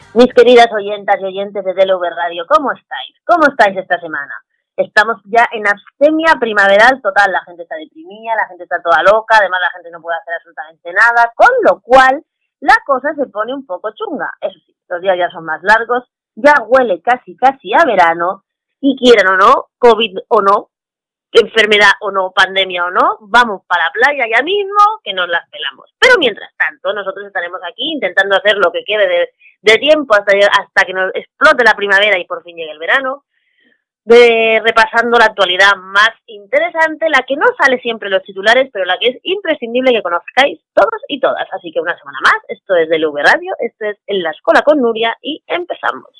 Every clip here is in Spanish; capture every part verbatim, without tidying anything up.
Mis queridas oyentas y oyentes de D L V Radio, ¿cómo estáis? ¿Cómo estáis esta semana? Estamos ya en abstemia primaveral total, la gente está deprimida, la gente está toda loca, además la gente no puede hacer absolutamente nada, con lo cual la cosa se pone un poco chunga. Eso sí, los días ya son más largos, ya huele casi casi a verano, y quieran o no, COVID o no, enfermedad o no, pandemia o no, vamos para la playa ya mismo, que nos las pelamos. Pero mientras tanto, nosotros estaremos aquí intentando hacer lo que quede de, de tiempo hasta, hasta que nos explote la primavera y por fin llegue el verano, de repasando la actualidad más interesante, la que no sale siempre en los titulares, pero la que es imprescindible que conozcáis todos y todas. Así que una semana más, esto es D L V Radio, esto es En la Escuela con Nuria y empezamos.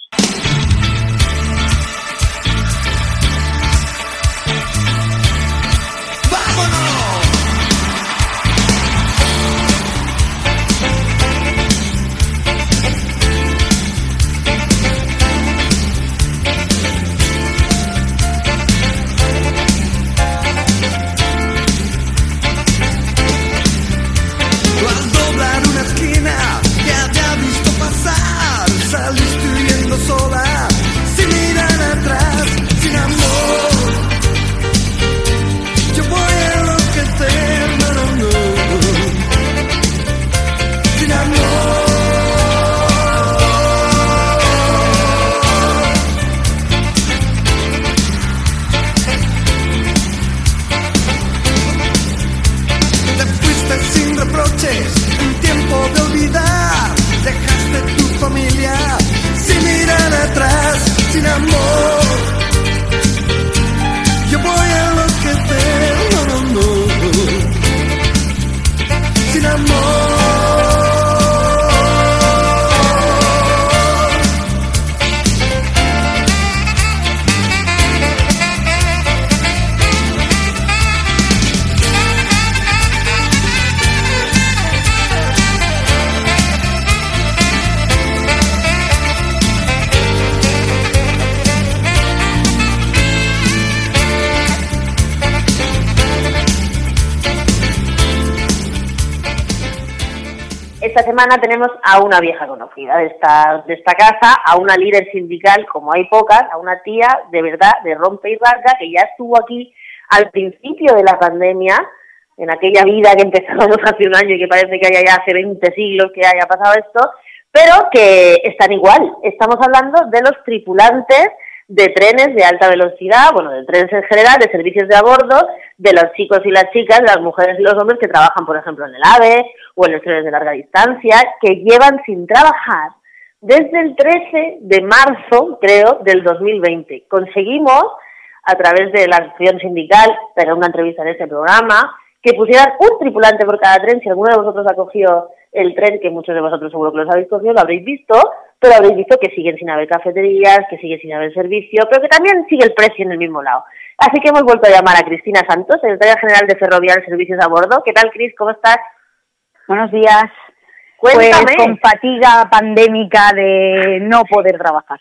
Esta semana tenemos a una vieja conocida de esta, de esta casa, a una líder sindical, como hay pocas, a una tía de verdad, de rompe y rasga, que ya estuvo aquí al principio de la pandemia, en aquella vida que empezábamos hace un año y que parece que haya ya hace veinte siglos que haya pasado esto, pero que están igual. Estamos hablando de los tripulantes de trenes de alta velocidad, bueno, de trenes en general, de servicios de a bordo, de los chicos y las chicas, de las mujeres y los hombres que trabajan, por ejemplo, en el AVE o en los trenes de larga distancia, que llevan sin trabajar desde el trece de marzo, creo, del dos mil veinte. Conseguimos, a través de la acción sindical, pero una entrevista en este programa, que pusieran un tripulante por cada tren. Si alguno de vosotros ha cogido el tren, que muchos de vosotros seguro que los habéis cogido, lo habréis visto, pero habréis visto que siguen sin haber cafeterías, que sigue sin haber servicio, pero que también sigue el precio en el mismo lado. Así que hemos vuelto a llamar a Cristina Santos, secretaria general de Ferrovial Servicios a Bordo. ¿Qué tal, Cris? ¿Cómo estás? Buenos días. Cuéntame. Pues con fatiga pandémica de no poder trabajar.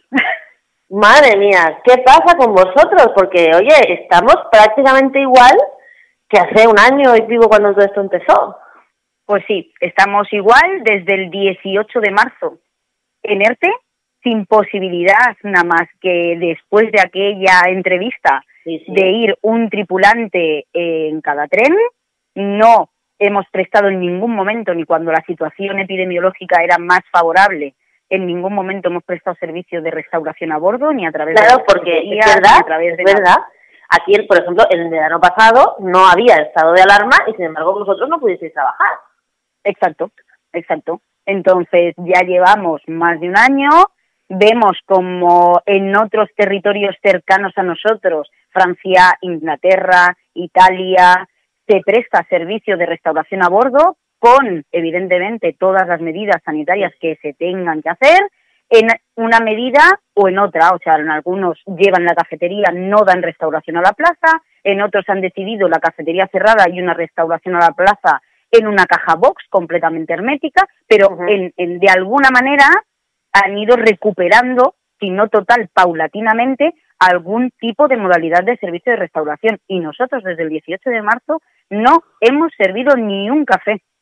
Madre mía, ¿qué pasa con vosotros? Porque, oye, estamos prácticamente igual que hace un año y pico cuando todo esto empezó. Pues sí, estamos igual desde el dieciocho de marzo. En ERTE, sin posibilidad nada más que después de aquella entrevista sí, sí. de ir un tripulante en cada tren. No hemos prestado en ningún momento, ni cuando la situación epidemiológica era más favorable, en ningún momento hemos prestado servicios de restauración a bordo, ni a través claro, de... Claro, porque es verdad, a través de es verdad. Nada. Aquí, por ejemplo, en el verano pasado no había estado de alarma y, sin embargo, vosotros no pudisteis trabajar. Exacto, exacto. Entonces, ya llevamos más de un año, vemos como en otros territorios cercanos a nosotros, Francia, Inglaterra, Italia, se presta servicio de restauración a bordo con, evidentemente, todas las medidas sanitarias que se tengan que hacer, en una medida o en otra. O sea, en algunos llevan la cafetería, no dan restauración a la plaza, en otros han decidido la cafetería cerrada y una restauración a la plaza en una caja box completamente hermética, pero uh-huh. en, en, de alguna manera han ido recuperando, si no total, paulatinamente, algún tipo de modalidad de servicio de restauración. Y nosotros, desde el dieciocho de marzo, no hemos servido ni un café.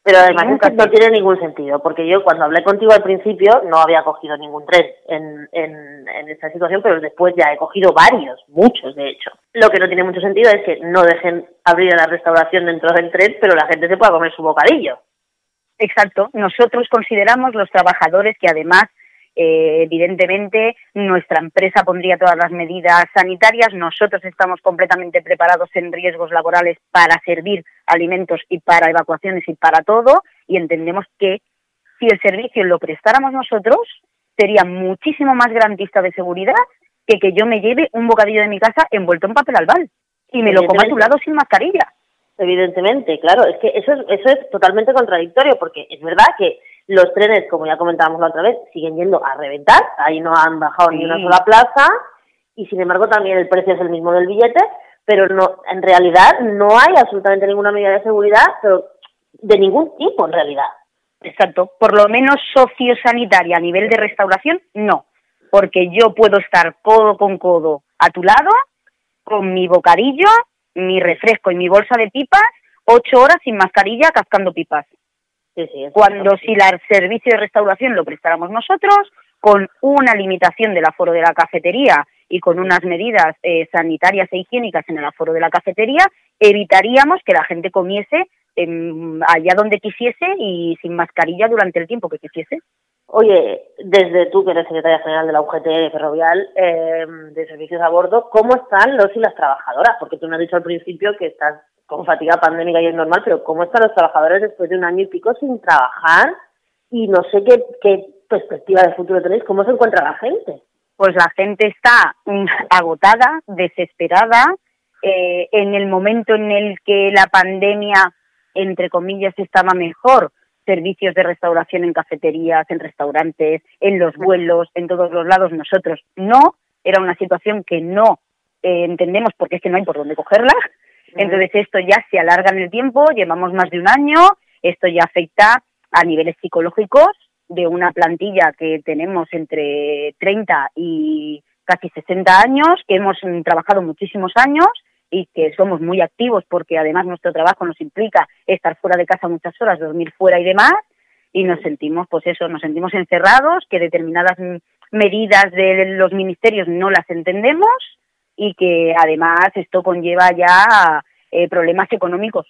Pero además es que no tiene ningún sentido, porque yo cuando hablé contigo al principio no había cogido ningún tren en, en, en esta situación, pero después ya he cogido varios, muchos de hecho. Lo que no tiene mucho sentido es que no dejen abrir la restauración dentro del tren, pero la gente se pueda comer su bocadillo. Exacto. Nosotros consideramos los trabajadores que además, eh, evidentemente, nuestra empresa pondría todas las medidas sanitarias. Nosotros estamos completamente preparados en riesgos laborales para servir alimentos y para evacuaciones y para todo. Y entendemos que si el servicio lo prestáramos nosotros, sería muchísimo más garantista de seguridad que que yo me lleve un bocadillo de mi casa envuelto en papel albal y me lo coma a tu lado sin mascarilla. Evidentemente, claro, es que eso es, eso es totalmente contradictorio, porque es verdad que los trenes, como ya comentábamos la otra vez, siguen yendo a reventar, ahí no han bajado sí. ni una sola plaza, y sin embargo también el precio es el mismo del billete, pero no, en realidad no hay absolutamente ninguna medida de seguridad, pero de ningún tipo en realidad. Exacto, por lo menos sociosanitaria a nivel de restauración, no, porque yo puedo estar codo con codo a tu lado, con mi bocadillo, mi refresco y mi bolsa de pipas, ocho horas sin mascarilla cascando pipas. Sí, sí, Cuando si el servicio de restauración lo prestáramos nosotros, con una limitación del aforo de la cafetería y con unas medidas eh, sanitarias e higiénicas en el aforo de la cafetería, evitaríamos que la gente comiese eh, allá donde quisiese y sin mascarilla durante el tiempo que quisiese. Oye, desde tú, que eres secretaria general de la U G T Ferrovial, eh, de servicios a bordo, ¿cómo están los y las trabajadoras? Porque tú me has dicho al principio que estás con fatiga pandémica y es normal, pero ¿cómo están los trabajadores después de un año y pico sin trabajar? Y no sé qué, qué perspectiva de futuro tenéis, ¿cómo se encuentra la gente? Pues la gente está agotada, desesperada, eh, en el momento en el que la pandemia, entre comillas, estaba mejor, servicios de restauración en cafeterías, en restaurantes, en los vuelos, en todos los lados, nosotros no, era una situación que no eh, entendemos porque es que no hay por dónde cogerla. Entonces esto ya se alarga en el tiempo, llevamos más de un año, esto ya afecta a niveles psicológicos de una plantilla que tenemos entre treinta y casi sesenta años, que hemos trabajado muchísimos años y que somos muy activos porque además nuestro trabajo nos implica estar fuera de casa muchas horas, dormir fuera y demás, y nos sentimos, pues eso, nos sentimos encerrados, que determinadas medidas de los ministerios no las entendemos, y que además esto conlleva ya eh, problemas económicos.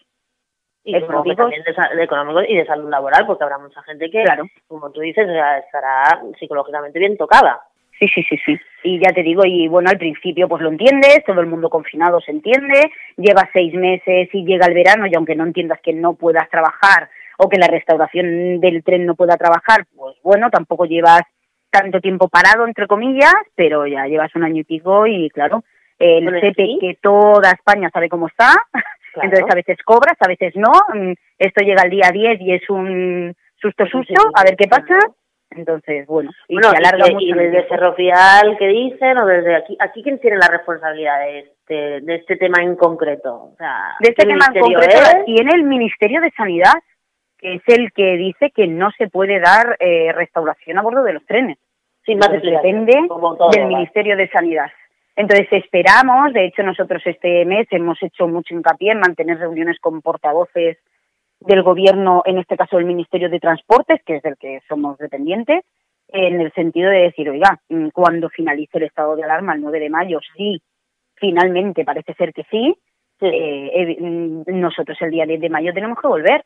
Y económicos. También de, de económicos y de salud laboral, porque habrá mucha gente que, claro, como tú dices, estará psicológicamente bien tocada. Sí, sí, sí, sí. Y ya te digo, y bueno, al principio pues lo entiendes, todo el mundo confinado se entiende, llevas seis meses y llega el verano y aunque no entiendas que no puedas trabajar o que la restauración del tren no pueda trabajar, pues bueno, tampoco llevas tanto tiempo parado, entre comillas, pero ya llevas un año y pico y claro, el bueno, C P sí. que toda España sabe cómo está, claro. Entonces a veces cobras, a veces no, esto llega al día diez y es un susto susto, a ver qué pasa, entonces bueno, y bueno, se alarga y, mucho. Y desde Ferrovial, ¿qué dicen? O desde aquí, ¿aquí quién tiene la responsabilidad de este, de este tema en concreto? O sea, de este tema en concreto es? Tiene el Ministerio de Sanidad, que es el que dice que no se puede dar eh, restauración a bordo de los trenes. Sin más depende todo, del ¿vale? Ministerio de Sanidad. Entonces esperamos, de hecho nosotros este mes hemos hecho mucho hincapié en mantener reuniones con portavoces del Gobierno, en este caso el Ministerio de Transportes, que es del que somos dependientes, en el sentido de decir, oiga, cuando finalice el estado de alarma el nueve de mayo, sí, finalmente parece ser que sí, sí. Eh, eh, nosotros el día diez de mayo tenemos que volver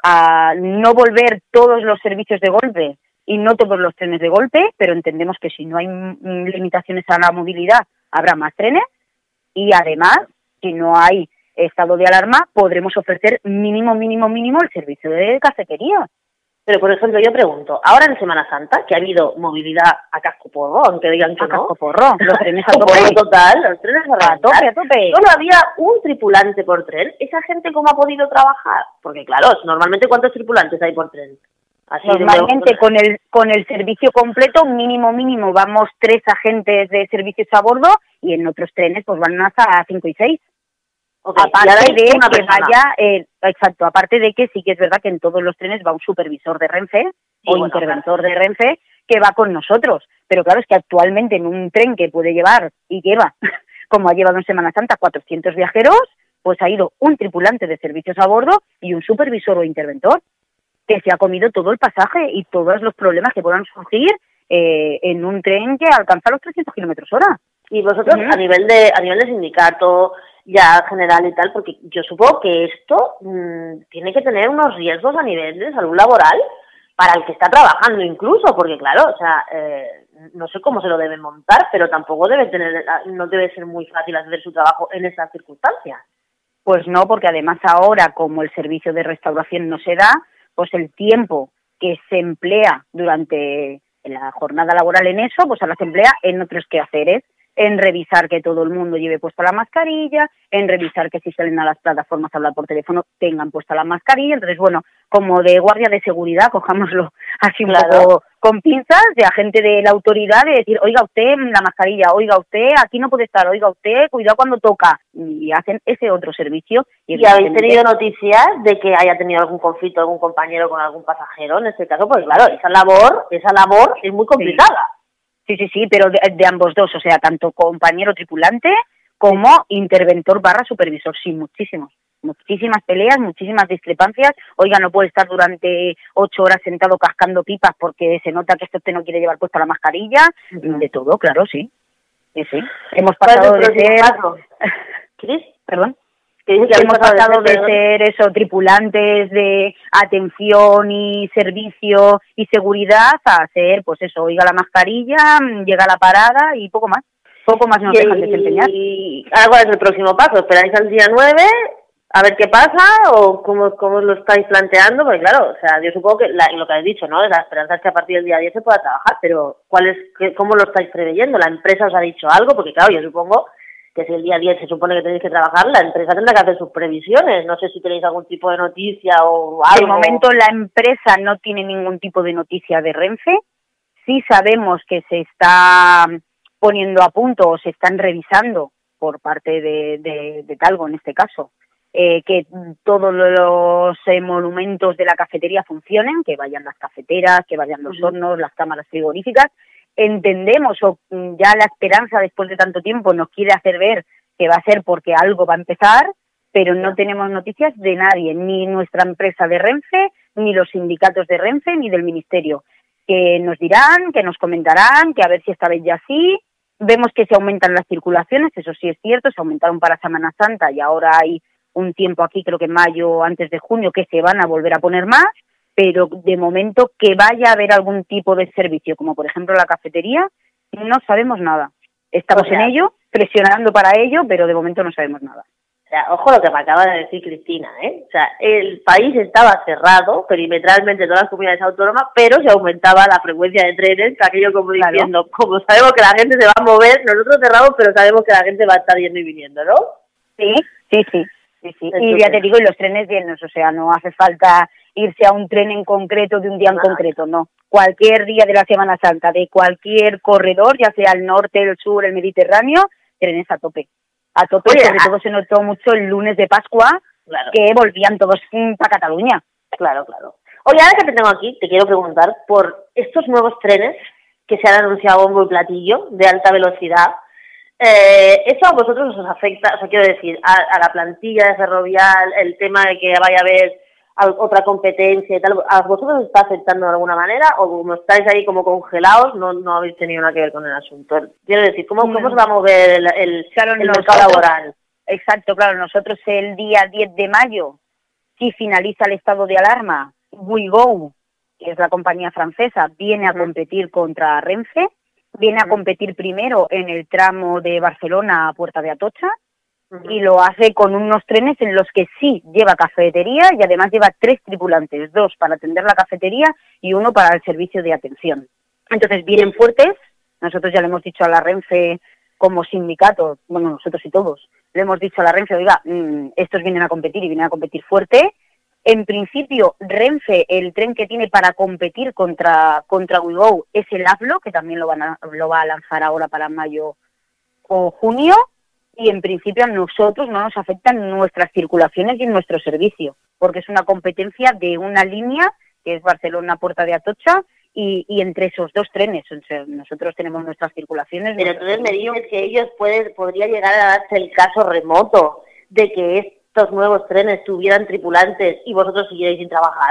a no volver todos los servicios de golpe y no todos los trenes de golpe, pero entendemos que si no hay limitaciones a la movilidad, habrá más trenes y además, si no hay estado de alarma, podremos ofrecer mínimo, mínimo, mínimo el servicio de cafetería. Pero, por ejemplo, yo pregunto, ahora en Semana Santa, que ha habido movilidad a casco porro, aunque digan que a no. A casco porro, los trenes a tope. Total, los trenes a, a tope, a tope. Solo había un tripulante por tren. ¿Esa gente cómo ha podido trabajar? Porque, claro, normalmente, ¿cuántos tripulantes hay por tren? Así Normalmente, con el con el servicio completo, mínimo, mínimo, vamos tres agentes de servicios a bordo y en otros trenes pues van hasta cinco y seis. Okay, aparte de que persona. vaya, eh, exacto, aparte de que sí que es verdad que en todos los trenes va un supervisor de Renfe sí, o bueno, interventor claro. de Renfe que va con nosotros, pero claro, es que actualmente en un tren que puede llevar y lleva, como ha llevado en Semana Santa, cuatrocientos viajeros, pues ha ido un tripulante de servicios a bordo y un supervisor o interventor. que se ha comido todo el pasaje y todos los problemas que puedan surgir eh, en un tren que alcanza los trescientos kilómetros hora. Y vosotros, uh-huh. a nivel de a nivel de sindicato, ya general y tal, porque yo supongo que esto mmm, tiene que tener unos riesgos a nivel de salud laboral para el que está trabajando incluso, porque claro, o sea, eh, no sé cómo se lo deben montar, pero tampoco debe tener, no debe ser muy fácil hacer su trabajo en esas circunstancias. Pues no, porque además ahora, como el servicio de restauración no se da, pues el tiempo que se emplea durante la jornada laboral en eso, pues ahora se emplea en otros quehaceres, en revisar que todo el mundo lleve puesta la mascarilla, en revisar que si salen a las plataformas a hablar por teléfono tengan puesta la mascarilla. Entonces, bueno, como de guardia de seguridad, cojámoslo así un claro. poco con pinzas, de agente de la autoridad, de decir, oiga usted la mascarilla, oiga usted aquí no puede estar, oiga usted, cuidado cuando toca. Y hacen ese otro servicio. ¿Y, ¿Y habéis tenido noticias de que haya tenido algún conflicto algún compañero con algún pasajero en este caso? Pues claro, esa labor, esa labor es muy complicada. Sí. Sí, sí, sí, pero de, de ambos dos, o sea, tanto compañero tripulante como interventor barra supervisor, sí, muchísimos, muchísimas peleas, muchísimas discrepancias. Oiga, no puede estar durante ocho horas sentado cascando pipas porque se nota que este usted no quiere llevar puesta la mascarilla, uh-huh. de todo, claro, sí, sí, sí. Hemos pasado de ser... ¿Cris? Perdón. Hemos pasado de ser eso, tripulantes de atención y servicio y seguridad a ser, pues eso, oiga la mascarilla, llega a la parada y poco más. Poco más nos y, dejan desempeñar. ¿Y ahora cuál es el próximo paso? ¿Esperáis al día nueve a ver qué pasa o cómo, cómo lo estáis planteando? Porque claro, o sea, yo supongo que la, lo que habéis dicho, ¿no? La esperanza es que a partir del día diez se pueda trabajar, pero ¿cuál es, qué, cómo lo estáis preveyendo? ¿La empresa os ha dicho algo? Porque claro, yo supongo que si el día diez se supone que tenéis que trabajar, la empresa tendrá que hacer sus previsiones. No sé si tenéis algún tipo de noticia o algo. De momento la empresa no tiene ningún tipo de noticia de Renfe. Sí sabemos que se está poniendo a punto o se están revisando por parte de, de, de Talgo, en este caso, eh, que todos los eh, monumentos de la cafetería funcionen, que vayan las cafeteras, que vayan los uh-huh. hornos, las cámaras frigoríficas. Entendemos, o ya la esperanza después de tanto tiempo nos quiere hacer ver que va a ser porque algo va a empezar, pero no tenemos noticias de nadie, ni nuestra empresa de Renfe, ni los sindicatos de Renfe, ni del Ministerio, que nos dirán, que nos comentarán, que a ver si esta vez ya sí. Vemos que se aumentan las circulaciones, eso sí es cierto, se aumentaron para Semana Santa y ahora hay un tiempo aquí, creo que mayo, antes de junio, que se van a volver a poner más. Pero de momento que vaya a haber algún tipo de servicio, como por ejemplo la cafetería, no sabemos nada. Estamos o sea, en ello, presionando para ello, pero de momento no sabemos nada. O sea, ojo lo que me acaba de decir Cristina, ¿eh? O sea, el país estaba cerrado perimetralmente todas las comunidades autónomas, pero se aumentaba la frecuencia de trenes, aquello como claro. diciendo, como sabemos que la gente se va a mover, nosotros cerramos, pero sabemos que la gente va a estar yendo y viniendo, ¿no? Sí, sí, sí. sí, sí. Y ya te digo, y los trenes llenos, o sea, no hace falta irse a un tren en concreto de un día en ah. concreto, no. Cualquier día de la Semana Santa, de cualquier corredor, ya sea el norte, el sur, el Mediterráneo, trenes a tope. A tope, Oye, sobre ah. todo se notó mucho el lunes de Pascua, claro. que volvían todos para Cataluña. Claro, claro. Oye, ahora que te tengo aquí, te quiero preguntar por estos nuevos trenes que se han anunciado a bombo y platillo, de alta velocidad. Eh, ¿Eso a vosotros os afecta? O sea, quiero decir, a, a la plantilla de Ferrovial, el tema de que vaya a haber otra competencia y tal, ¿a vosotros os está afectando de alguna manera o como estáis ahí como congelados no no habéis tenido nada que ver con el asunto? Quiero decir, ¿cómo, no. ¿cómo se va a mover el, el, claro, el nosotros, mercado laboral? Exacto, claro, nosotros el día diez de mayo, si finaliza el estado de alarma, WeGo, que es la compañía francesa, viene a competir contra Renfe, viene a competir primero en el tramo de Barcelona a Puerta de Atocha, y lo hace con unos trenes en los que sí lleva cafetería y además lleva tres tripulantes, dos para atender la cafetería y uno para el servicio de atención. Entonces vienen fuertes, nosotros ya le hemos dicho a la Renfe como sindicato, bueno, nosotros y todos, le hemos dicho a la Renfe, oiga, mmm, estos vienen a competir y vienen a competir fuerte. En principio, Renfe, el tren que tiene para competir contra contra WeGo es el AVLO, que también lo, van a, lo va a lanzar ahora para mayo o junio. Y en principio a nosotros no nos afectan nuestras circulaciones y nuestro servicio, porque es una competencia de una línea, que es Barcelona-Puerta de Atocha, y, y entre esos dos trenes. O sea, nosotros tenemos nuestras circulaciones. Pero entonces me dices que ellos pueden, podría llegar a darse el caso remoto de que estos nuevos trenes tuvieran tripulantes y vosotros siguierais sin trabajar.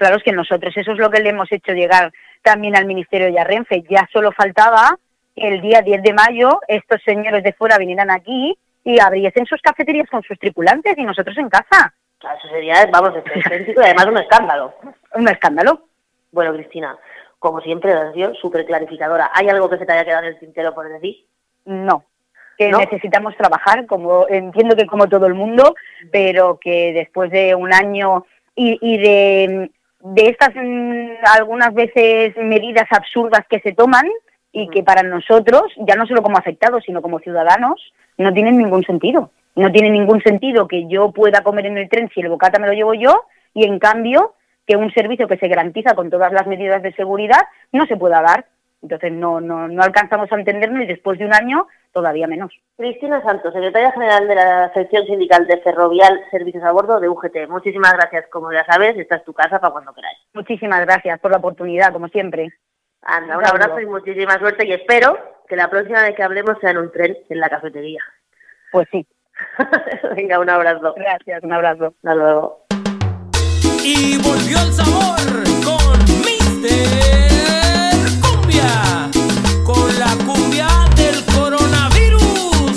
Claro, es que nosotros eso es lo que le hemos hecho llegar también al Ministerio de Renfe. Ya solo faltaba que el día diez de mayo estos señores de fuera vinieran aquí y abriesen sus cafeterías con sus tripulantes y nosotros en casa. Claro, eso sería, vamos, auténtico y además un escándalo. Un escándalo. Bueno, Cristina, como siempre, has sido súper clarificadora. ¿Hay algo que se te haya quedado en el tintero por decir? No. Que ¿No? necesitamos trabajar, como entiendo que como todo el mundo, pero que después de un año y, y de, de estas mmm, algunas veces medidas absurdas que se toman y que para nosotros, ya no solo como afectados, sino como ciudadanos, no tienen ningún sentido. No tiene ningún sentido que yo pueda comer en el tren si el bocata me lo llevo yo y en cambio que un servicio que se garantiza con todas las medidas de seguridad no se pueda dar. Entonces no, no, no alcanzamos a entendernos y después de un año todavía menos. Cristina Santos, secretaria general de la sección sindical de Ferrovial Servicios a Bordo de U G T. Muchísimas gracias, como ya sabes, esta es tu casa para cuando queráis. Muchísimas gracias por la oportunidad, como siempre. Anda, un abrazo y muchísima suerte y espero que la próxima vez que hablemos sea en un tren en la cafetería. Pues sí. Venga, un abrazo. Gracias, un abrazo. Hasta luego. Y volvió el sabor con mister Cumbia, con la cumbia del coronavirus.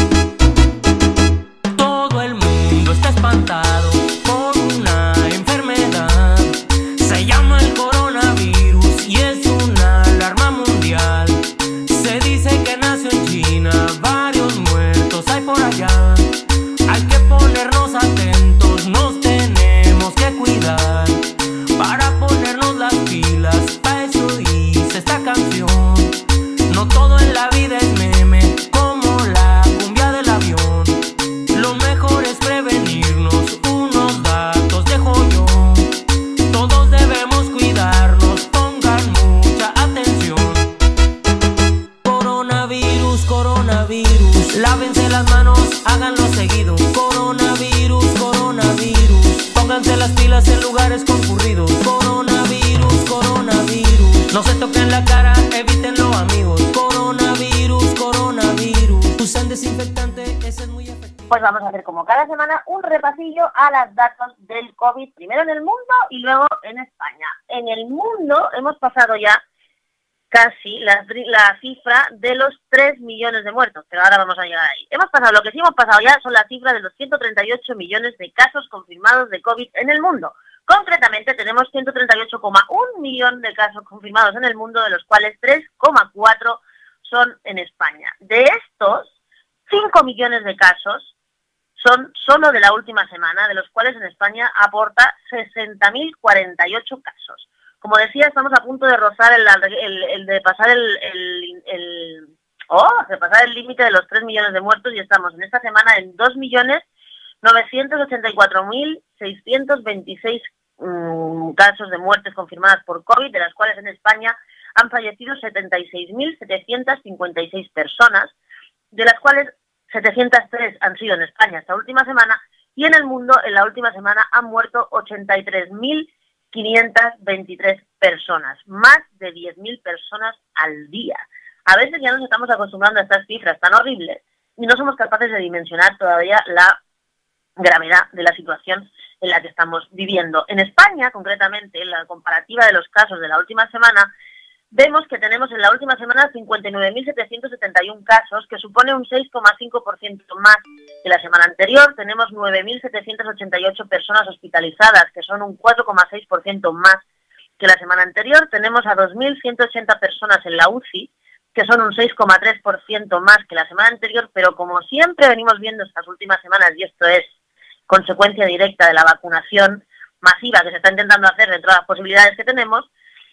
Todo el mundo está espantado por una enfermedad. Se llama el coronavirus y es una alarma mundial. Se dice que nació en China, varios muertos hay por allá. Hay que ponernos atentos, nos tenemos que cuidar para ponernos las pilas, pa' eso dice esta canción. No todo en la vida es meme, como la cumbia del avión. Lo mejor es prevenirnos, unos datos dejo yo. Todos debemos cuidarnos, pongan mucha atención. Coronavirus, coronavirus, lávense las manos, háganlo seguido. Coronavirus, coronavirus, pónganse las pilas en lugares concurridos. Coronavirus, coronavirus, no se toquen la cara, evítenlo amigos. Coronavirus, coronavirus, usan desinfectante, ese es muy efectivo. Pues vamos a hacer como cada semana un repasillo a las datos del COVID, primero en el mundo y luego en España. En el mundo hemos pasado ya casi la, la cifra de los tres millones de muertos, pero ahora vamos a llegar ahí. Hemos pasado, lo que sí hemos pasado ya son la cifra de los ciento treinta y ocho millones de casos confirmados de COVID en el mundo. Concretamente tenemos ciento treinta y ocho coma uno millón de casos confirmados en el mundo, de los cuales tres coma cuatro son en España. De estos, cinco millones de casos son solo de la última semana, de los cuales en España aporta sesenta mil cuarenta y ocho casos. Como decía, estamos a punto de rozar el, el, el de pasar el, el, el oh, de pasar el límite de los tres millones de muertos y estamos en esta semana en dos millones novecientos ochenta y cuatro mil seiscientos veintiséis um, casos de muertes confirmadas por COVID, de las cuales en España han fallecido setenta y seis mil setecientos cincuenta y seis personas, de las cuales setecientos tres han sido en España esta última semana, y en el mundo en la última semana han muerto ochenta y tres mil quinientas veintitrés personas, más de diez mil personas al día. A veces ya nos estamos acostumbrando a estas cifras tan horribles y no somos capaces de dimensionar todavía la gravedad de la situación en la que estamos viviendo. En España, concretamente, en la comparativa de los casos de la última semana, vemos que tenemos en la última semana cincuenta y nueve mil setecientos setenta y uno casos, que supone un seis coma cinco por ciento más que la semana anterior. Tenemos nueve mil setecientos ochenta y ocho personas hospitalizadas, que son un cuatro coma seis por ciento más que la semana anterior. Tenemos a dos mil ciento ochenta personas en la U C I, que son un seis coma tres por ciento más que la semana anterior, pero como siempre venimos viendo estas últimas semanas, y esto es consecuencia directa de la vacunación masiva que se está intentando hacer dentro de las posibilidades que tenemos,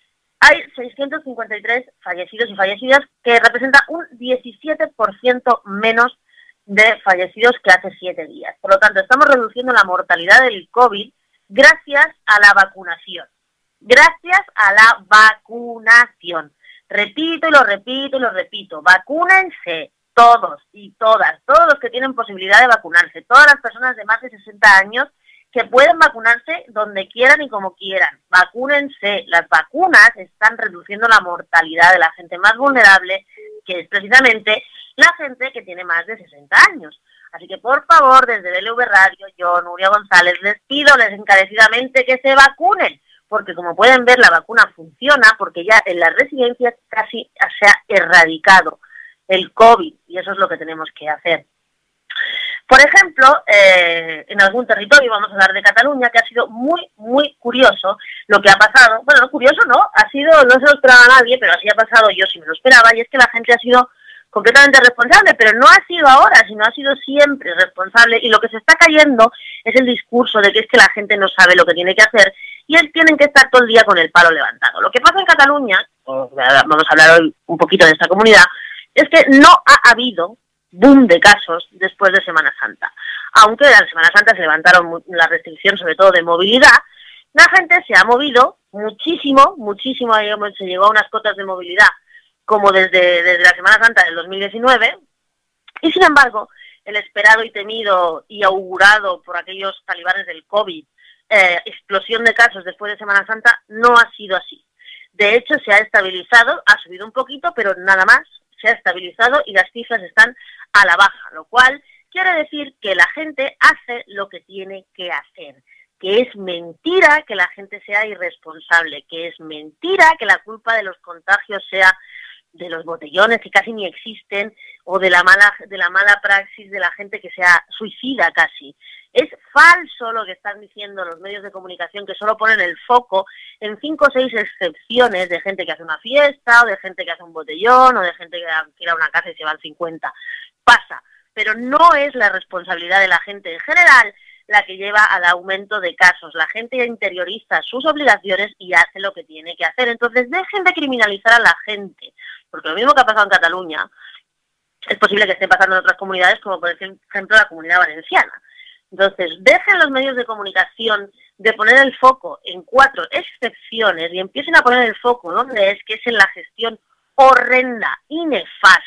hay seiscientos cincuenta y tres fallecidos y fallecidas, que representa un diecisiete por ciento menos de fallecidos que hace siete días. Por lo tanto, estamos reduciendo la mortalidad del COVID gracias a la vacunación. Gracias a la vacunación. Repito y lo repito y lo repito. Vacúnense todos y todas, todos los que tienen posibilidad de vacunarse, todas las personas de más de sesenta años que pueden vacunarse donde quieran y como quieran. Vacúnense. Las vacunas están reduciendo la mortalidad de la gente más vulnerable, que es precisamente la gente que tiene más de sesenta años. Así que, por favor, desde B L V Radio, yo, Nuria González, les pido les encarecidamente que se vacunen, porque como pueden ver la vacuna funciona, porque ya en las residencias casi se ha erradicado el COVID y eso es lo que tenemos que hacer. Por ejemplo, eh, en algún territorio, vamos a hablar de Cataluña, que ha sido muy, muy curioso lo que ha pasado. Bueno, curioso no, ha sido, no se lo esperaba a nadie, pero así ha pasado, yo sí me lo esperaba, y es que la gente ha sido completamente responsable, pero no ha sido ahora, sino ha sido siempre responsable, y lo que se está cayendo es el discurso de que es que la gente no sabe lo que tiene que hacer, y es tienen que estar todo el día con el palo levantado. Lo que pasa en Cataluña, vamos a hablar hoy un poquito de esta comunidad, es que no ha habido boom de casos después de Semana Santa. Aunque en Semana Santa se levantaron las restricciones, sobre todo de movilidad, la gente se ha movido muchísimo, muchísimo, digamos, se llegó a unas cotas de movilidad como desde, desde la Semana Santa del dos mil diecinueve, y sin embargo, el esperado y temido y augurado por aquellos talibanes del COVID, eh, explosión de casos después de Semana Santa, no ha sido así. De hecho, se ha estabilizado, ha subido un poquito, pero nada más, se ha estabilizado y las cifras están a la baja, lo cual quiere decir que la gente hace lo que tiene que hacer, que es mentira que la gente sea irresponsable, que es mentira que la culpa de los contagios sea de los botellones que casi ni existen o de la mala de la mala praxis de la gente que sea suicida casi. Es falso lo que están diciendo los medios de comunicación, que solo ponen el foco en cinco o seis excepciones de gente que hace una fiesta o de gente que hace un botellón o de gente que alquila una casa y se van cincuenta. Pasa, pero no es la responsabilidad de la gente en general la que lleva al aumento de casos. La gente interioriza sus obligaciones y hace lo que tiene que hacer. Entonces dejen de criminalizar a la gente, porque lo mismo que ha pasado en Cataluña es posible que esté pasando en otras comunidades, como por ejemplo la Comunidad Valenciana. Entonces dejen los medios de comunicación de poner el foco en cuatro excepciones y empiecen a poner el foco donde es, que es en la gestión horrenda y nefasta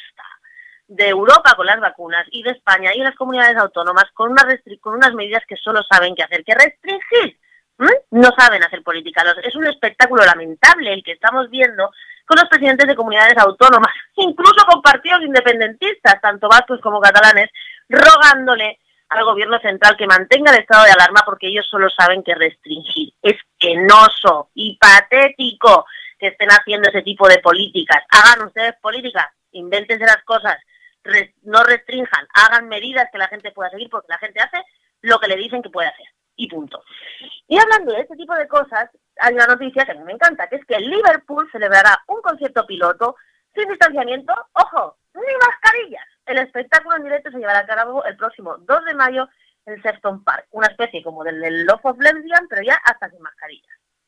de Europa con las vacunas y de España y en las comunidades autónomas con unas, restri- con unas medidas que solo saben qué hacer, que restringir. ¿Mm? No saben hacer política. Es un espectáculo lamentable el que estamos viendo con los presidentes de comunidades autónomas, incluso con partidos independentistas, tanto vascos como catalanes, rogándole al gobierno central que mantenga el estado de alarma porque ellos solo saben que restringir. Es penoso y patético que estén haciendo ese tipo de políticas. Hagan ustedes políticas, invéntense las cosas, res- no restrinjan, hagan medidas que la gente pueda seguir porque la gente hace lo que le dicen que puede hacer. Y punto. Y hablando de este tipo de cosas, hay una noticia que a mí me encanta, que es que Liverpool celebrará un concierto piloto sin distanciamiento, ojo, ni mascarillas. El espectáculo en directo se llevará a cabo el próximo dos de mayo en Sefton Park, una especie como del, del Love of Lesbian, pero ya hasta sin mascarillas.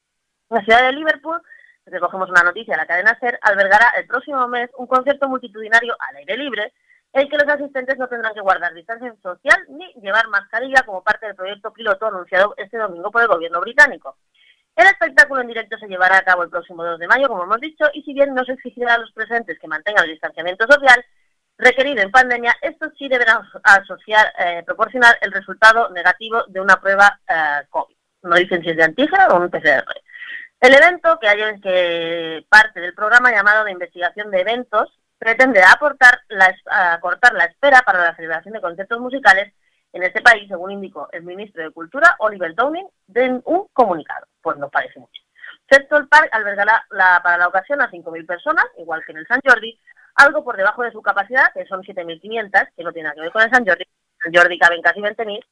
La ciudad de Liverpool, recogemos una noticia de la cadena SER, albergará el próximo mes un concierto multitudinario al aire libre, en el que los asistentes no tendrán que guardar distancia social ni llevar mascarilla como parte del proyecto piloto anunciado este domingo por el gobierno británico. El espectáculo en directo se llevará a cabo el próximo dos de mayo, como hemos dicho, y si bien no se exigirá a los presentes que mantengan el distanciamiento social requerido en pandemia, estos sí deberán asociar, eh, proporcionar el resultado negativo de una prueba eh, COVID. No dicen si es de antígeno o un P C R. El evento, que hay que parte del programa llamado de investigación de eventos, pretende aportar la, acortar la espera para la celebración de conciertos musicales en este país, según indicó el ministro de Cultura, Oliver Downing, en un comunicado. Pues nos parece mucho. Sefton Park albergará la, para la ocasión a cinco mil personas, igual que en el Sant Jordi, algo por debajo de su capacidad, que son siete mil quinientas, que no tiene nada que ver con el Sant Jordi. En el Jordi caben casi veinte mil.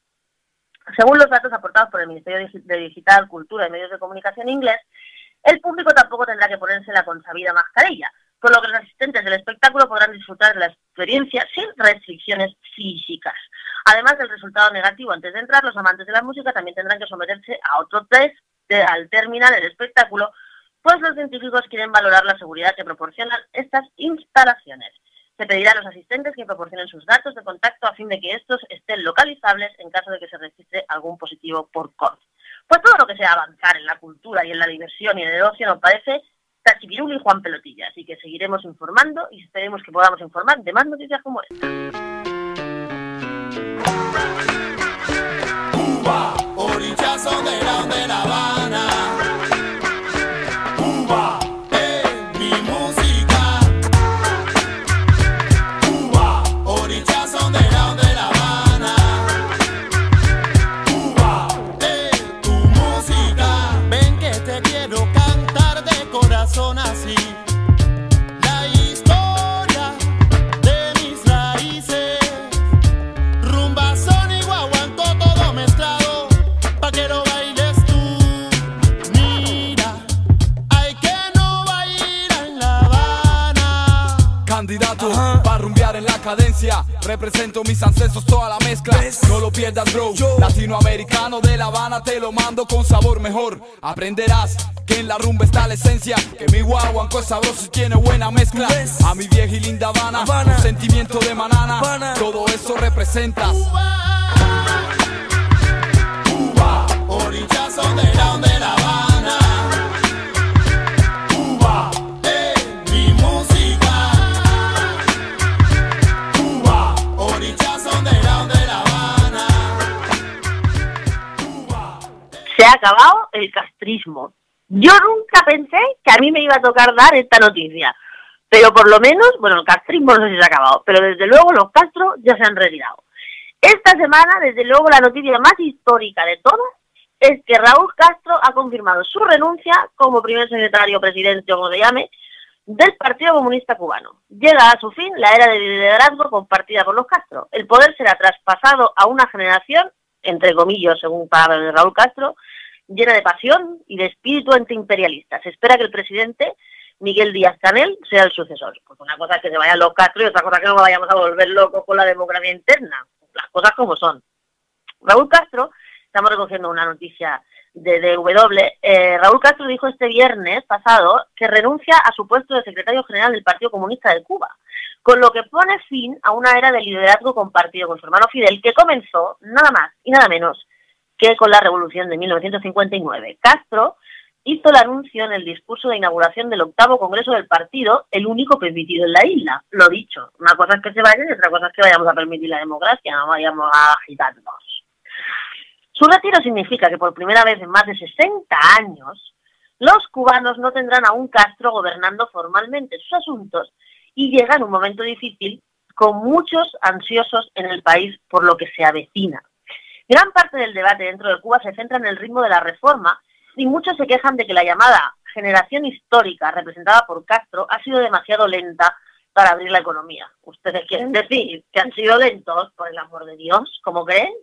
Según los datos aportados por el Ministerio de Digital, Cultura y Medios de Comunicación inglés, el público tampoco tendrá que ponerse la consabida mascarilla, por lo que los asistentes del espectáculo podrán disfrutar de la experiencia sin restricciones físicas. Además del resultado negativo antes de entrar, los amantes de la música también tendrán que someterse a otro test de, al terminar el espectáculo, pues los científicos quieren valorar la seguridad que proporcionan estas instalaciones. Se pedirá a los asistentes que proporcionen sus datos de contacto a fin de que estos estén localizables en caso de que se registre algún positivo por COVID. Pues todo lo que sea avanzar en la cultura y en la diversión y en el ocio nos parece Tachipiruli y Juan Pelotilla, así que seguiremos informando y esperemos que podamos informar de más noticias como esta. Cuba, orichazo de la de La Habana. Cuba, es mi música. Cuba, orichazo de la de La Habana. Cuba, es tu música. Ven que te quiero. candidato para rumbear en la cadencia. Represento mis ancestros, toda la mezcla. No lo pierdas, bro. Latinoamericano de La Habana, te lo mando con sabor mejor. Aprenderás que en la rumba está la esencia, que mi guaguanco es sabroso y tiene buena mezcla. A mi vieja y linda Habana, un sentimiento de manana, todo eso representa. Cuba, orillas underground de La Habana. Cuba, eh, mi música. Cuba, orillas underground de La Habana. Cuba. Se ha acabado el castrismo. Yo nunca pensé que a mí me iba a tocar dar esta noticia, pero por lo menos, bueno, el castrismo no sé si se ha acabado, pero desde luego los Castro ya se han retirado. Esta semana, desde luego, la noticia más histórica de todas es que Raúl Castro ha confirmado su renuncia como primer secretario, presidente o como se llame, del Partido Comunista Cubano. Llega a su fin la era de liderazgo compartida por los Castro. El poder será traspasado a una generación, entre comillas, según palabras de Raúl Castro, llena de pasión y de espíritu antiimperialista. Se espera que el presidente Miguel Díaz-Canel sea el sucesor. Pues una cosa es que se vayan los Castro y otra cosa es que no vayamos a volver locos con la democracia interna. Las cosas como son. Raúl Castro, estamos recogiendo una noticia de D W, eh, Raúl Castro dijo este viernes pasado que renuncia a su puesto de secretario general del Partido Comunista de Cuba, con lo que pone fin a una era de liderazgo compartido con su hermano Fidel, que comenzó nada más y nada menos que con la revolución de mil novecientos cincuenta y nueve. Castro hizo el anuncio en el discurso de inauguración del octavo congreso del partido, el único permitido en la isla. Lo dicho, una cosa es que se vayan y otra cosa es que vayamos a permitir la democracia, no vayamos a agitarnos. Su retiro significa que por primera vez en más de sesenta años, los cubanos no tendrán a un Castro gobernando formalmente sus asuntos y llega en un momento difícil con muchos ansiosos en el país por lo que se avecina. Gran parte del debate dentro de Cuba se centra en el ritmo de la reforma y muchos se quejan de que la llamada generación histórica representada por Castro ha sido demasiado lenta para abrir la economía. ¿Ustedes quieren decir que han sido lentos? Por el amor de Dios, ¿cómo creen?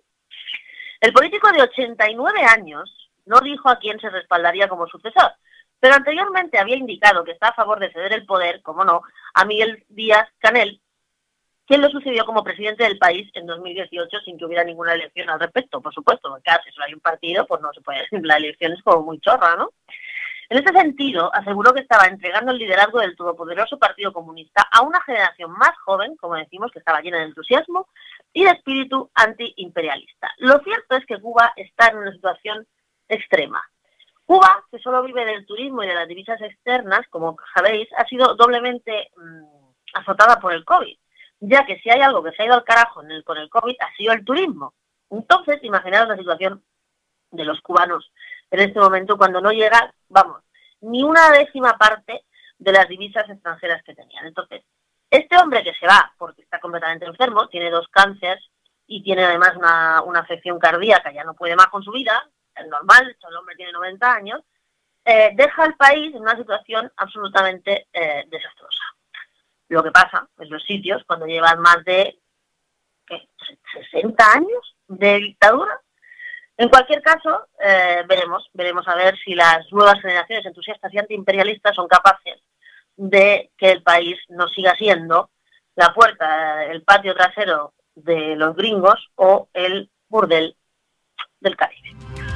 El político de ochenta y nueve años no dijo a quién se respaldaría como sucesor, pero anteriormente había indicado que está a favor de ceder el poder, como no, a Miguel Díaz-Canel, quien lo sucedió como presidente del país en dos mil dieciocho sin que hubiera ninguna elección al respecto, por supuesto, porque claro, si solo hay un partido, pues no se puede decir, la elección es como muy chorra, ¿no? En este sentido, aseguró que estaba entregando el liderazgo del todopoderoso Partido Comunista a una generación más joven, como decimos, que estaba llena de entusiasmo y de espíritu antiimperialista. Lo cierto es que Cuba está en una situación extrema. Cuba, que solo vive del turismo y de las divisas externas, como sabéis, ha sido doblemente mmm, azotada por el COVID, ya que si hay algo que se ha ido al carajo en el, con el COVID ha sido el turismo. Entonces, imaginaos la situación de los cubanos en este momento cuando no llega, vamos, ni una décima parte de las divisas extranjeras que tenían. Entonces, este hombre que se va porque está completamente enfermo, tiene dos cánceres y tiene además una, una afección cardíaca, ya no puede más con su vida, es normal, el hombre tiene noventa años, eh, deja al país en una situación absolutamente eh, desastrosa. Lo que pasa en los sitios cuando llevan más de ¿qué? sesenta años de dictadura. En cualquier caso, eh, veremos, veremos a ver si las nuevas generaciones entusiastas y antiimperialistas son capaces de que el país no siga siendo la puerta, el patio trasero de los gringos o el burdel del Caribe.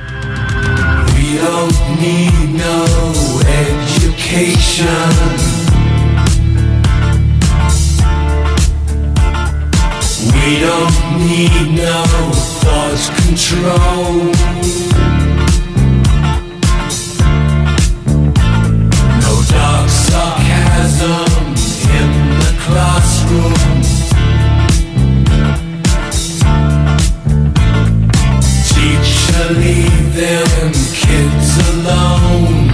We don't need no education. We don't need no thought control. No dark sarcasm in the classroom. Teacher, leave them kids alone.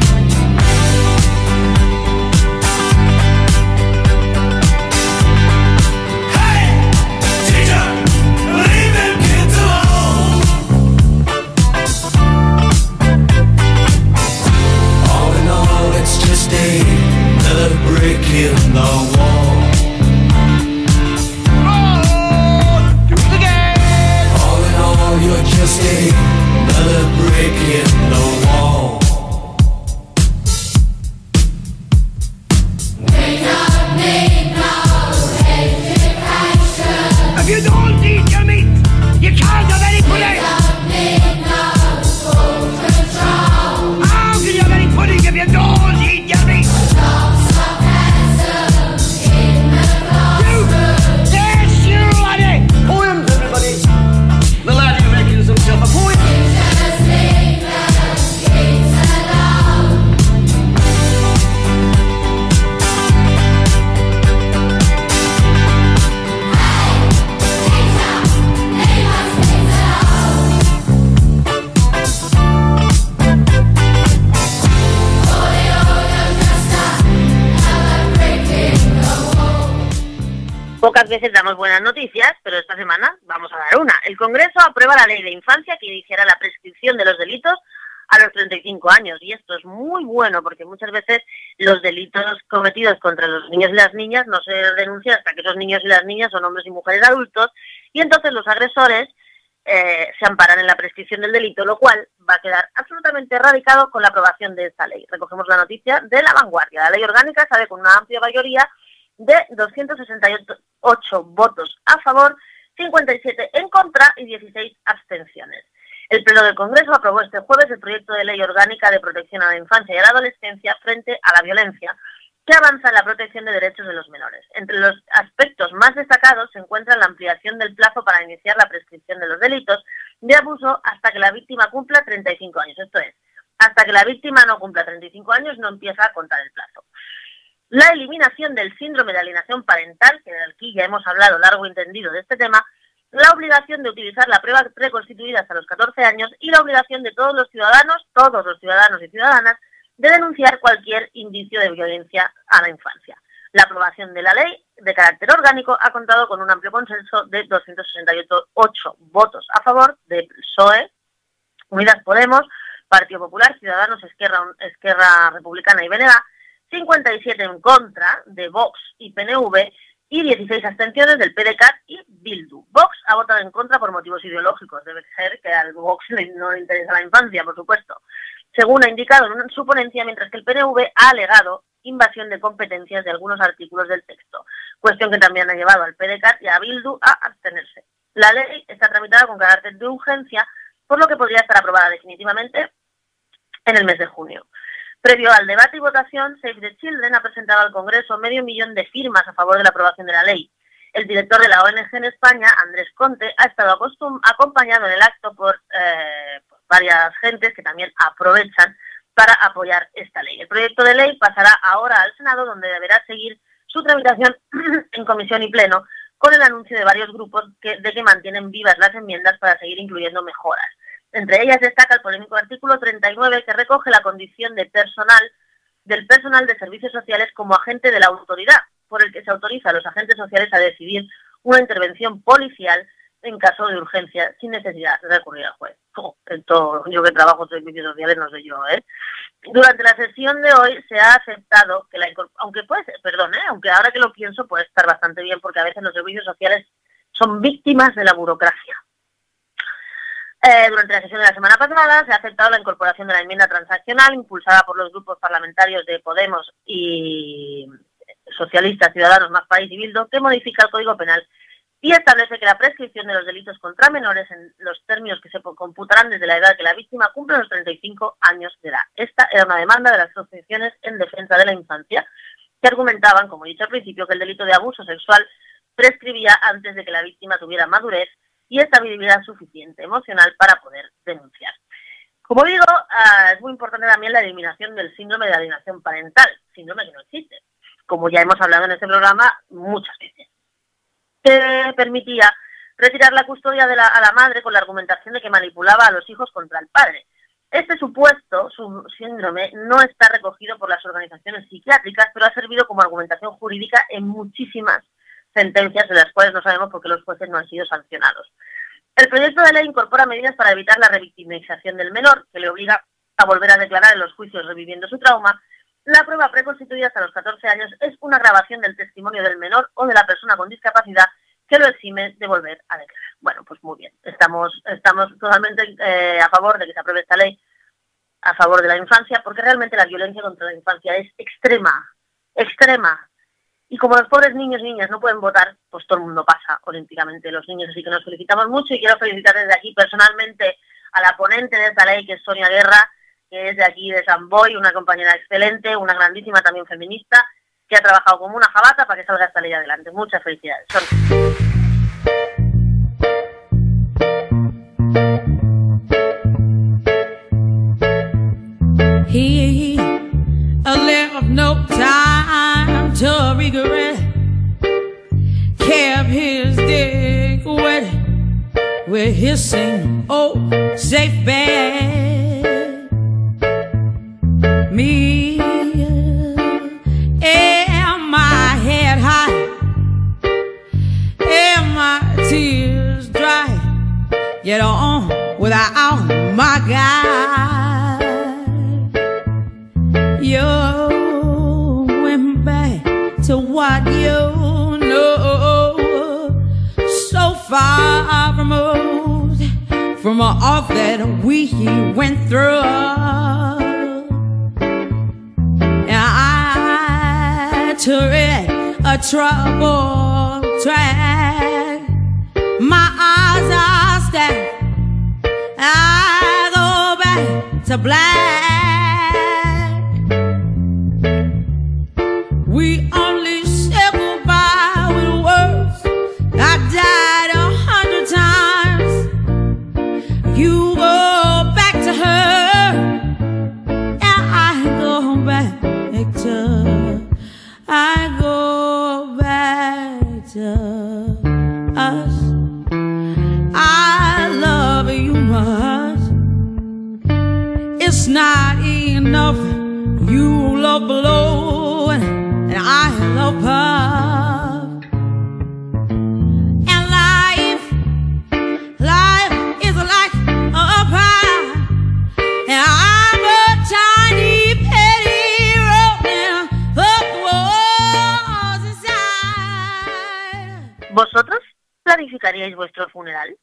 Pocas veces damos buenas noticias, pero esta semana vamos a dar una. El Congreso aprueba la ley de infancia que iniciará la prescripción de los delitos a los treinta y cinco años. Y esto es muy bueno porque muchas veces los delitos cometidos contra los niños y las niñas no se denuncian hasta que esos niños y las niñas son hombres y mujeres adultos, y entonces los agresores eh, se amparan en la prescripción del delito, lo cual va a quedar absolutamente erradicado con la aprobación de esta ley. Recogemos la noticia de La Vanguardia. La ley orgánica sale con una amplia mayoría de doscientos sesenta y ocho votos a favor, cincuenta y siete en contra y dieciséis abstenciones. El Pleno del Congreso aprobó este jueves el proyecto de ley orgánica de protección a la infancia y a la adolescencia frente a la violencia, que avanza en la protección de derechos de los menores. Entre los aspectos más destacados se encuentra la ampliación del plazo para iniciar la prescripción de los delitos de abuso hasta que la víctima cumpla treinta y cinco años. Esto es, hasta que la víctima no cumpla treinta y cinco años no empieza a contar el plazo. La eliminación del síndrome de alienación parental, que aquí ya hemos hablado largo y tendido de este tema, la obligación de utilizar la prueba preconstituida hasta los catorce años y la obligación de todos los ciudadanos, todos los ciudadanos y ciudadanas, de denunciar cualquier indicio de violencia a la infancia. La aprobación de la ley de carácter orgánico ha contado con un amplio consenso de doscientos sesenta y ocho votos a favor de P S O E, Unidas Podemos, Partido Popular, Ciudadanos, Esquerra, Esquerra Republicana y B N G, cincuenta y siete en contra de Vox y P N V y dieciséis abstenciones del P D C A T y Bildu. Vox ha votado en contra por motivos ideológicos. Debe ser que al Vox no le interesa la infancia, por supuesto, según ha indicado en su ponencia, mientras que el P N V ha alegado invasión de competencias de algunos artículos del texto, cuestión que también ha llevado al P D C A T y a Bildu a abstenerse. La ley está tramitada con carácter de urgencia, por lo que podría estar aprobada definitivamente en el mes de junio. Previo al debate y votación, Save the Children ha presentado al Congreso medio millón de firmas a favor de la aprobación de la ley. El director de la O N G en España, Andrés Conte, ha estado acompañado en el acto por, eh, por varias gentes que también aprovechan para apoyar esta ley. El proyecto de ley pasará ahora al Senado, donde deberá seguir su tramitación en comisión y pleno, con el anuncio de varios grupos que, de que mantienen vivas las enmiendas para seguir incluyendo mejoras. Entre ellas destaca el polémico artículo treinta y nueve, que recoge la condición de personal del personal de servicios sociales como agente de la autoridad, por el que se autoriza a los agentes sociales a decidir una intervención policial en caso de urgencia sin necesidad de recurrir al juez. Oh, todo, yo que trabajo en servicios sociales no sé yo, ¿eh? Durante la sesión de hoy se ha aceptado que la aunque puede ser, perdón, ¿eh? aunque ahora que lo pienso puede estar bastante bien, porque a veces los servicios sociales son víctimas de la burocracia. Eh, durante la sesión de la semana pasada se ha aceptado la incorporación de la enmienda transaccional impulsada por los grupos parlamentarios de Podemos y Socialistas, Ciudadanos, Más País y Bildu, que modifica el Código Penal y establece que la prescripción de los delitos contra menores en los términos que se computarán desde la edad que la víctima cumple los treinta y cinco años de edad. Esta era una demanda de las asociaciones en defensa de la infancia, que argumentaban, como he dicho al principio, que el delito de abuso sexual prescribía antes de que la víctima tuviera madurez y estabilidad suficiente emocional para poder denunciar. Como digo, uh, es muy importante también la eliminación del síndrome de alienación parental, síndrome que no existe, como ya hemos hablado en este programa muchas veces, que permitía retirar la custodia de la, a la madre con la argumentación de que manipulaba a los hijos contra el padre. Este supuesto su síndrome no está recogido por las organizaciones psiquiátricas, pero ha servido como argumentación jurídica en muchísimas sentencias de las cuales no sabemos por qué los jueces no han sido sancionados. El proyecto de ley incorpora medidas para evitar la revictimización del menor, que le obliga a volver a declarar en los juicios reviviendo su trauma. La prueba preconstituida hasta los catorce años es una grabación del testimonio del menor o de la persona con discapacidad que lo exime de volver a declarar. Bueno, pues muy bien, estamos, estamos totalmente eh, a favor de que se apruebe esta ley a favor de la infancia, porque realmente la violencia contra la infancia es extrema, extrema. Y como los pobres niños y niñas no pueden votar, pues todo el mundo pasa olímpicamente los niños, así que nos felicitamos mucho y quiero felicitar desde aquí personalmente a la ponente de esta ley, que es Sonia Guerra, que es de aquí de San Boi, una compañera excelente, una grandísima también feminista, que ha trabajado como una jabata para que salga esta ley adelante. Muchas felicidades, Sonia. He left no time to regret, kept his dick wet with his same old safe bed. Me and my head high get on without my guy. You went back to what you know, so far removed from all that we went through. And I tread a troubled track. My eyes are stacked. I go back to black. We only said goodbye with words. I died a hundred times. You go back to her, and I go back to, I go back to us. I love you much. It's not enough. You love below, and I love puff. And life, life is like a pie, and I'm a tiny penny rolling up the walls inside. ¿Vosotros planificaríais vuestro funeral?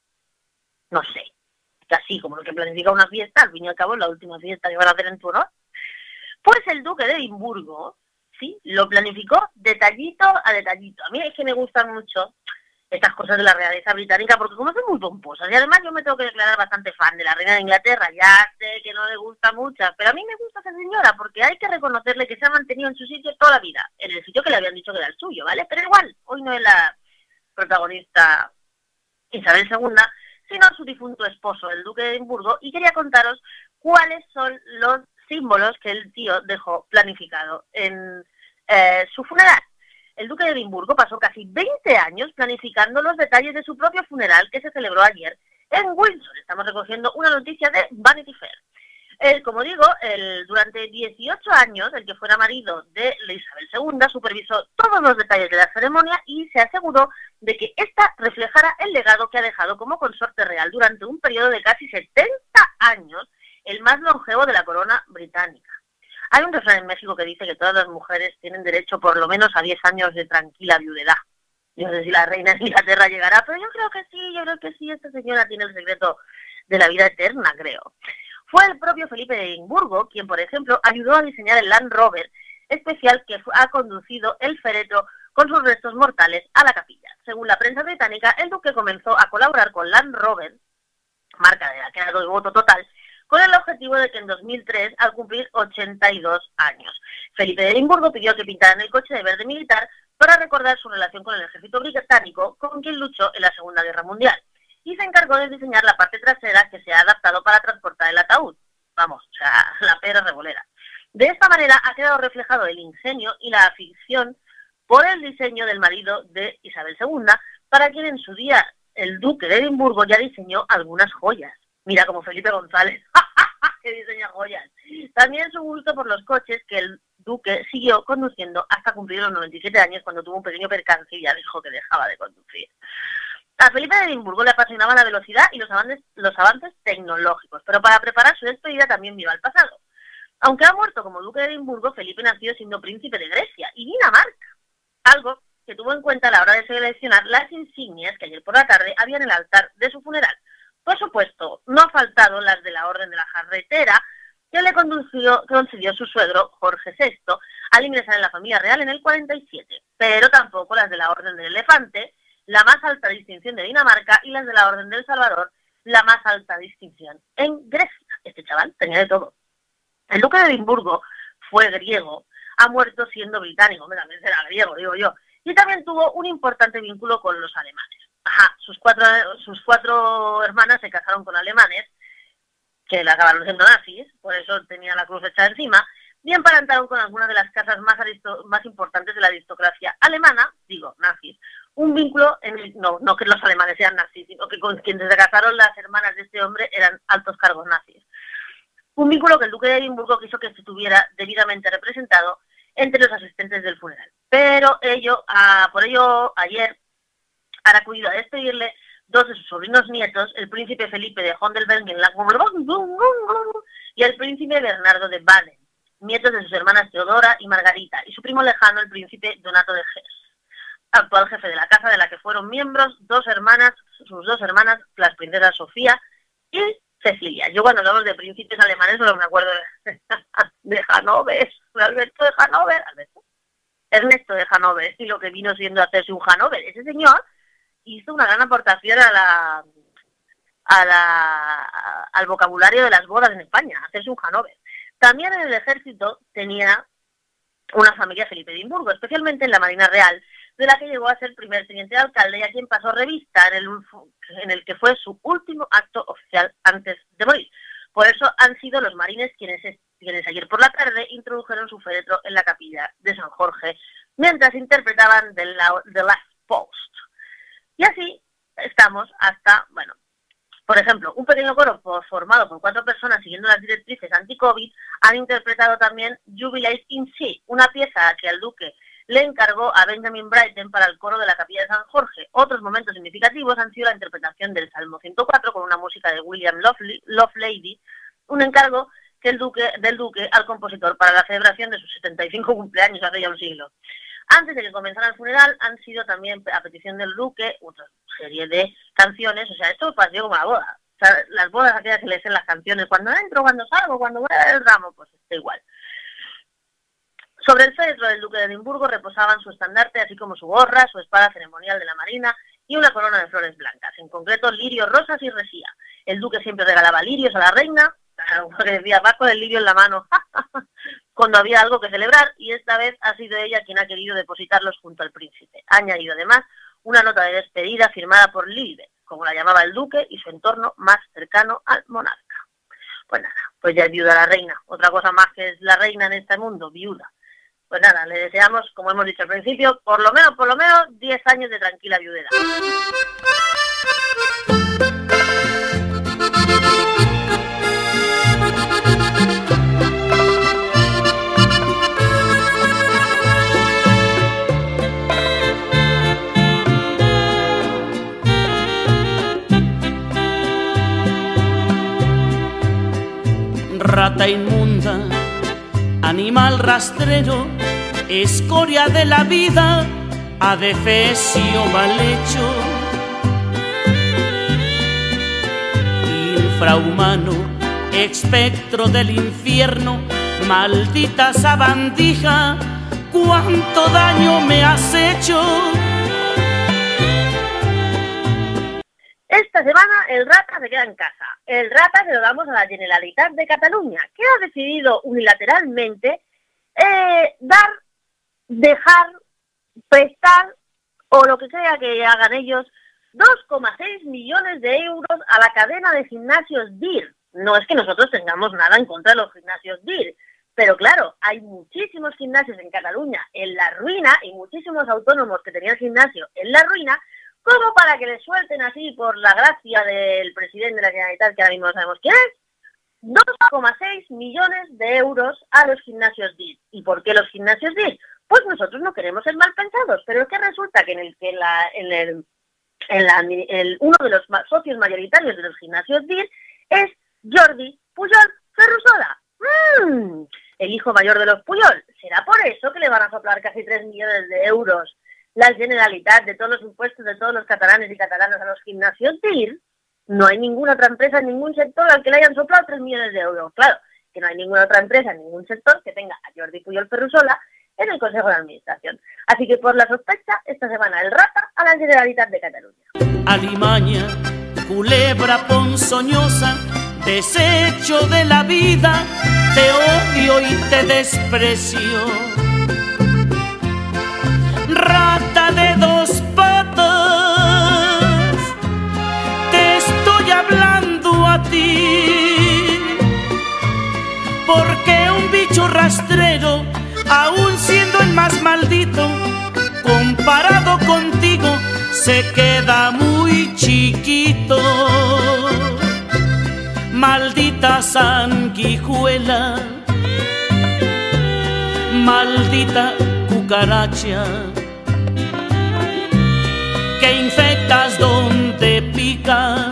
No sé, así como lo que planifica una fiesta, al fin y al cabo la última fiesta que van a hacer en tu honor. Pues el duque de Edimburgo, sí, lo planificó detallito a detallito. A mí es que me gustan mucho estas cosas de la realeza británica, porque como son muy pomposas, y además yo me tengo que declarar bastante fan de la reina de Inglaterra, ya sé que no le gusta mucho, pero a mí me gusta esa señora, porque hay que reconocerle que se ha mantenido en su sitio toda la vida, en el sitio que le habían dicho que era el suyo, ¿vale? Pero igual, hoy no es la protagonista Isabel segunda, sino su difunto esposo, el duque de Edimburgo, y quería contaros cuáles son los símbolos que el tío dejó planificado en eh, su funeral. El duque de Edimburgo pasó casi veinte años planificando los detalles de su propio funeral que se celebró ayer en Windsor. Estamos recogiendo una noticia de Vanity Fair. Él, como digo, el, durante dieciocho años, el que fuera marido de Isabel segunda, supervisó todos los detalles de la ceremonia y se aseguró de que ésta reflejara el legado que ha dejado como consorte real durante un periodo de casi setenta años, el más longevo de la corona británica. Hay un refrán en México que dice que todas las mujeres tienen derecho por lo menos a diez años de tranquila viudedad. Yo no sé si la reina de Inglaterra llegará, pero yo creo que sí, yo creo que sí, esta señora tiene el secreto de la vida eterna, creo. Fue el propio Felipe de Edimburgo quien, por ejemplo, ayudó a diseñar el Land Rover especial que ha conducido el féretro con sus restos mortales a la capilla. Según la prensa británica, el duque comenzó a colaborar con Land Rover, marca de la que ha dado el voto total, con el objetivo de que en dos mil tres, al cumplir ochenta y dos años, Felipe de Edimburgo pidió que pintaran el coche de verde militar para recordar su relación con el ejército británico, con quien luchó en la Segunda Guerra Mundial, y se encargó de diseñar la parte trasera que se ha adaptado para transportar el ataúd. Vamos, o sea, la pera revolera. De esta manera ha quedado reflejado el ingenio y la afición por el diseño del marido de Isabel segunda, para quien en su día el duque de Edimburgo ya diseñó algunas joyas. Mira, como Felipe González, que diseña joyas. También su gusto por los coches, que el duque siguió conduciendo hasta cumplir los noventa y siete años, cuando tuvo un pequeño percance y ya dijo que dejaba de conducir. A Felipe de Edimburgo le apasionaba la velocidad y los avances, los avances tecnológicos, pero para preparar su despedida también miró al pasado. Aunque ha muerto como duque de Edimburgo, Felipe nació siendo príncipe de Grecia y Dinamarca, algo que tuvo en cuenta a la hora de seleccionar las insignias que ayer por la tarde había en el altar de su funeral. Por supuesto, no ha faltado las de la Orden de la Jarretera, que le condució, concedió su suegro, Jorge sexto, al ingresar en la familia real en el cuarenta y siete, pero tampoco las de la Orden del Elefante, la más alta distinción de Dinamarca, y las de la Orden del Salvador, la más alta distinción en Grecia. Este chaval tenía de todo. El duque de Edimburgo fue griego, ha muerto siendo británico, hombre, también será griego, digo yo, y también tuvo un importante vínculo con los alemanes. Ajá, sus cuatro, sus cuatro hermanas se casaron con alemanes, que le acabaron siendo nazis, por eso tenía la cruz hecha encima, y emparentaron con algunas de las casas más, aristo, más importantes de la aristocracia alemana, digo, nazis. Un vínculo, en el, no, no que los alemanes sean nazis, sino que con quienes se casaron las hermanas de este hombre eran altos cargos nazis. Un vínculo que el duque de Edimburgo quiso que estuviera debidamente representado entre los asistentes del funeral. Pero ello, ah, por ello, ayer han acudido a despedirle dos de sus sobrinos nietos, el príncipe Felipe de Hohenberg y el príncipe Bernardo de Baden, nietos de sus hermanas Teodora y Margarita, y su primo lejano, el príncipe Donato de Hesse, actual jefe de la casa de la que fueron miembros dos hermanas, sus dos hermanas, las princesas Sofía y Cecilia. Yo cuando hablamos de príncipes alemanes solo me acuerdo de, de Hannover, de Alberto de Hannover, Alberto, Ernesto de Hannover, y lo que vino siendo hacerse un Hannover. Ese señor hizo una gran aportación a la, a la, al vocabulario de las bodas en España, hacerse un Hannover. También en el ejército tenía una familia Felipe de Edimburgo, especialmente en la Marina Real, de la que llegó a ser primer teniente de alcalde y a quien pasó revista en el, en el que fue su último acto oficial antes de morir. Por eso han sido los marines quienes, quienes ayer por la tarde introdujeron su féretro en la capilla de San Jorge, mientras interpretaban The, The Last Post. Y así estamos hasta, bueno, por ejemplo, un pequeño coro formado por cuatro personas siguiendo las directrices anti-COVID han interpretado también Jubilees in C, una pieza que al duque le encargó a Benjamin Britten para el coro de la capilla de San Jorge. Otros momentos significativos han sido la interpretación del Salmo ciento cuatro con una música de William Lovelady, un encargo que el duque, del duque al compositor para la celebración de sus setenta y cinco cumpleaños hace ya un siglo. Antes de que comenzara el funeral han sido también, a petición del duque, otra serie de canciones. O sea, esto pasó como la boda. O sea, las bodas aquellas que le hacen las canciones, cuando entro, cuando salgo, cuando voy a dar el ramo, pues está igual. Sobre el féretro del duque de Edimburgo reposaban su estandarte, así como su gorra, su espada ceremonial de la marina y una corona de flores blancas, en concreto lirios, rosas y resía. El duque siempre regalaba lirios a la reina, que decía, va con el lirio en la mano, cuando había algo que celebrar, y esta vez ha sido ella quien ha querido depositarlos junto al príncipe. Ha añadido además una nota de despedida firmada por Lilibet, como la llamaba el duque, y su entorno más cercano al monarca. Pues nada, pues ya es viuda la reina. Otra cosa más que es la reina en este mundo, viuda. Pues nada, le deseamos, como hemos dicho al principio, por lo menos, por lo menos, diez años de tranquila viudedad. Rata inmunda, animal rastrero, escoria de la vida, adefesio mal hecho, infrahumano, espectro del infierno, maldita sabandija, cuánto daño me has hecho. Esta semana el Rata se queda en casa. El Rata se lo damos a la Generalitat de Cataluña, que ha decidido unilateralmente eh, dar, dejar, prestar, o lo que sea que hagan ellos, dos coma seis millones de euros a la cadena de gimnasios D I R. No es que nosotros tengamos nada en contra de los gimnasios D I R, pero claro, hay muchísimos gimnasios en Cataluña en la ruina y muchísimos autónomos que tenían gimnasio en la ruina, como para que le suelten así por la gracia del presidente de la Generalitat, que ahora mismo no sabemos quién es, dos coma seis millones de euros a los gimnasios D I R. ¿Y por qué los gimnasios D I R? Pues nosotros no queremos ser mal pensados, pero es que resulta que en el que la, en el, en la, el, uno de los socios mayoritarios de los gimnasios D I R es Jordi Pujol Ferrusola, ¡Mmm! el hijo mayor de los Pujol. ¿Será por eso que le van a soplar casi tres millones de euros la Generalitat de todos los impuestos de todos los catalanes y catalanas a los gimnasios D I R? No hay ninguna otra empresa en ningún sector al que le hayan soplado tres millones de euros. Claro, que no hay ninguna otra empresa en ningún sector que tenga a Jordi Pujol Ferrusola en el Consejo de Administración. Así que por la sospecha, esta semana el Rata a la Generalitat de Cataluña. Alimaña, culebra ponzoñosa, desecho de la vida, te odio y te desprecio. Rata de dos patas, te estoy hablando a ti, porque un bicho rastrero, aún siendo el más maldito, comparado contigo, se queda muy chiquito. Maldita sanguijuela, maldita cucaracha, que infectas donde piensas. únicas.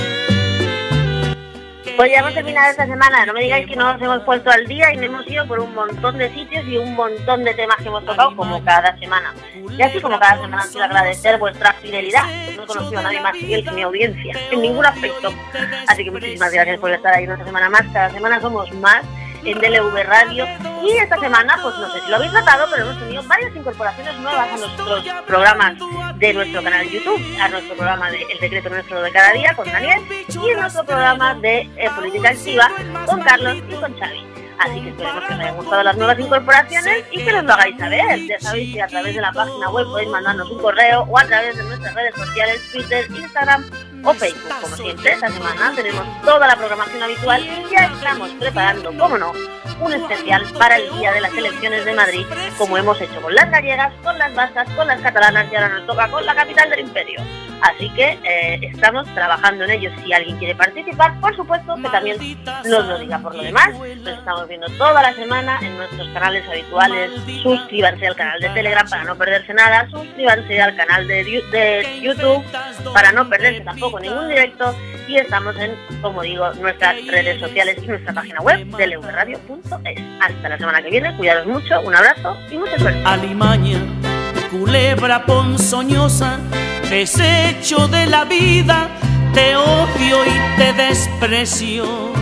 Pues ya hemos terminado esta semana, no me digáis que no nos hemos puesto al día y no hemos ido por un montón de sitios y un montón de temas que hemos tocado como cada semana. Y así como cada semana quiero agradecer vuestra fidelidad, no he conocido a nadie más fiel que mi audiencia, en ningún aspecto. Así que muchísimas gracias por estar ahí una semana más, cada semana somos más en D L V Radio y esta semana, pues no sé si lo habéis notado, pero hemos tenido varias incorporaciones nuevas a nuestros programas de nuestro canal de YouTube, a nuestro programa de El Decreto Nuestro de Cada Día con Daniel y en nuestro programa de eh, Política Activa con Carlos y con Xavi. Así que esperemos que os hayan gustado las nuevas incorporaciones y que nos lo hagáis saber. Ya sabéis que a través de la página web podéis mandarnos un correo o a través de nuestras redes sociales, Twitter, Instagram o Facebook. Como siempre, esta semana tenemos toda la programación habitual y ya estamos preparando, como no, un especial para el Día de las Elecciones de Madrid, como hemos hecho con las gallegas, con las vascas, con las catalanas y ahora nos toca con la capital del imperio. Así que eh, estamos trabajando en ello. Si alguien quiere participar, por supuesto que también nos lo diga. Por lo demás, nos estamos viendo toda la semana en nuestros canales habituales. Suscríbanse al canal de Telegram para no perderse nada. Suscríbanse al canal de, de YouTube para no perderse tampoco ningún directo. Y estamos en, como digo, nuestras redes sociales y nuestra página web d l v radio punto es. Hasta la semana que viene, cuidaros mucho, un abrazo y mucha suerte. Alimaña, culebra ponzoñosa, desecho de la vida, te odio y te desprecio.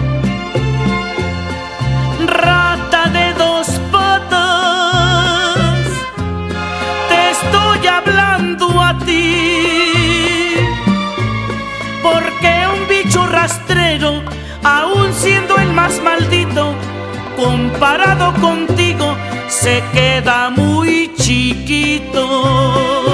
Rata de dos patas, te estoy hablando a ti, porque un bicho rastrero, aun siendo el más maldito, comparado contigo, se queda muy chiquito.